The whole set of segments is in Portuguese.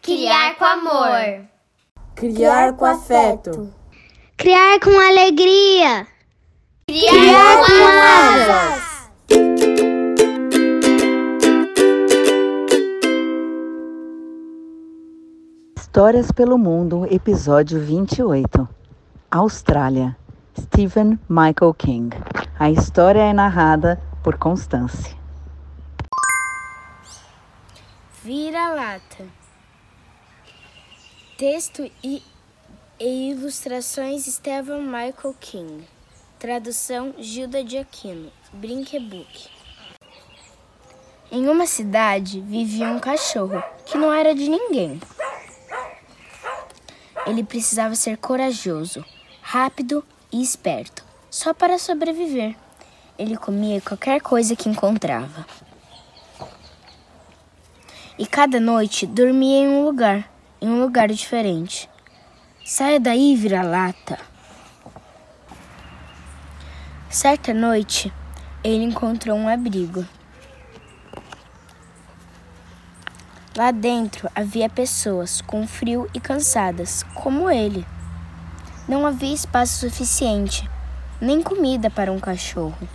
Criar com amor. Criar com afeto. Criar com alegria. Criar com asas. Histórias pelo Mundo, episódio 28. Austrália. Stephen Michael King. A história é narrada por Constance. Vira-lata. Texto e ilustrações Stephen Michael King. Tradução Gilda de Aquino. Brinquebook. Em uma cidade vivia um cachorro que não era de ninguém. Ele precisava ser corajoso, rápido e esperto, só para sobreviver. Ele comia qualquer coisa que encontrava. E cada noite dormia em um lugar diferente. Saia daí, vira-lata. Certa noite, ele encontrou um abrigo. Lá dentro havia pessoas com frio e cansadas, como ele. Não havia espaço suficiente, nem comida para um cachorro.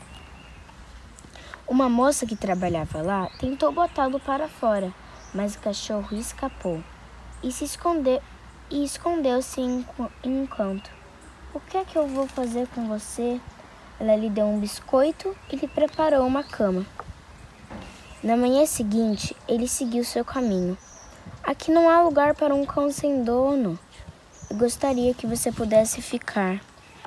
Uma moça que trabalhava lá tentou botá-lo para fora, mas o cachorro escapou e escondeu-se em um canto. O que é que eu vou fazer com você? Ela lhe deu um biscoito e lhe preparou uma cama. Na manhã seguinte, ele seguiu seu caminho. Aqui não há lugar para um cão sem dono. Eu gostaria que você pudesse ficar.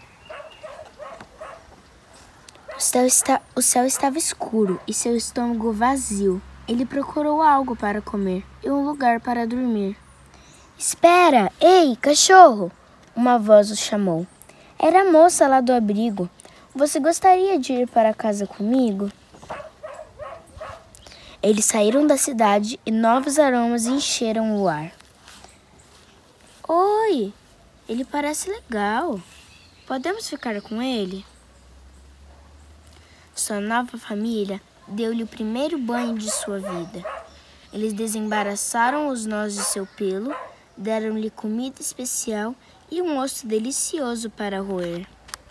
O céu estava escuro e seu estômago vazio. Ele procurou algo para comer e um lugar para dormir. Espera! Ei, cachorro! Uma voz o chamou. Era a moça lá do abrigo. Você gostaria de ir para casa comigo? Eles saíram da cidade e novos aromas encheram o ar. Oi! Ele parece legal. Podemos ficar com ele? Sua nova família deu-lhe o primeiro banho de sua vida. Eles desembaraçaram os nós de seu pelo, deram-lhe comida especial e um osso delicioso para roer.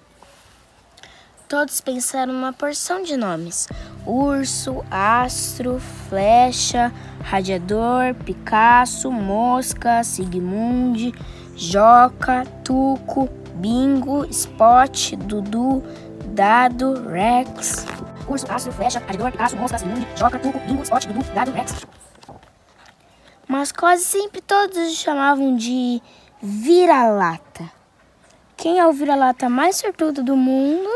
Todos pensaram numa porção de nomes: urso, astro, flecha, radiador, Picasso, mosca, Sigmund, Joca, Tuco, Bingo, Spot, Dudu, Dado, Rex. Urso, astro, flecha, radiador, Picasso, mosca, Sigmund, Joca, Tuco, Bingo, Spot, Dudu, Dado, Rex. Mas quase sempre todos o chamavam de vira-lata. Quem é o vira-lata mais sortudo do mundo?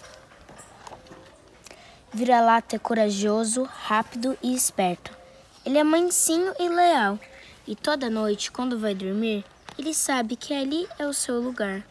Vira-lata é corajoso, rápido e esperto. Ele é mansinho e leal. E toda noite, quando vai dormir, ele sabe que ali é o seu lugar.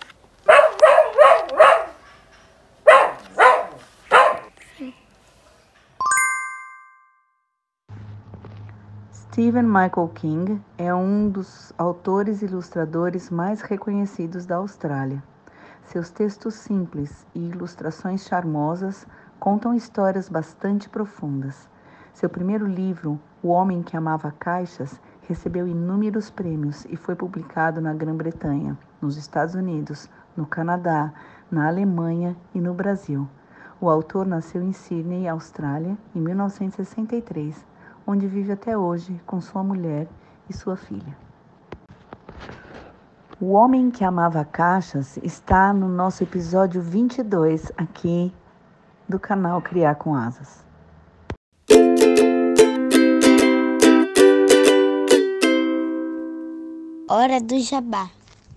Stephen Michael King é um dos autores e ilustradores mais reconhecidos da Austrália. Seus textos simples e ilustrações charmosas contam histórias bastante profundas. Seu primeiro livro, O Homem que Amava Caixas, recebeu inúmeros prêmios e foi publicado na Grã-Bretanha, nos Estados Unidos, no Canadá, na Alemanha e no Brasil. O autor nasceu em Sydney, Austrália, em 1963, onde vive até hoje com sua mulher e sua filha. O Homem que Amava Caixas está no nosso episódio 22 aqui do canal Criar com Asas. Hora do jabá.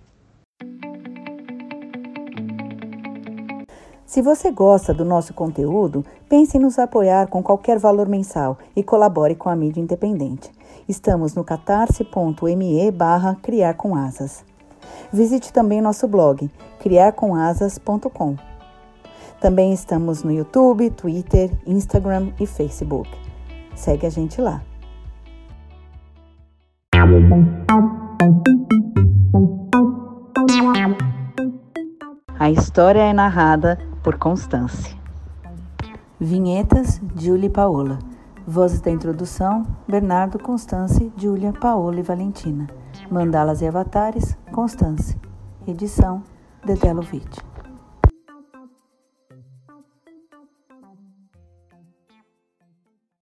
Se você gosta do nosso conteúdo, pense em nos apoiar com qualquer valor mensal e colabore com a mídia independente. Estamos no catarse.me/criarcomasas. Visite também nosso blog, criarcomasas.com. Também estamos no YouTube, Twitter, Instagram e Facebook. Segue a gente lá. A história é narrada por Constance. Vinhetas, Julie Paola. Vozes da introdução: Bernardo, Constance, Júlia, Paola e Valentina. Mandalas e avatares: Constance. Edição: Dedé Lovitch.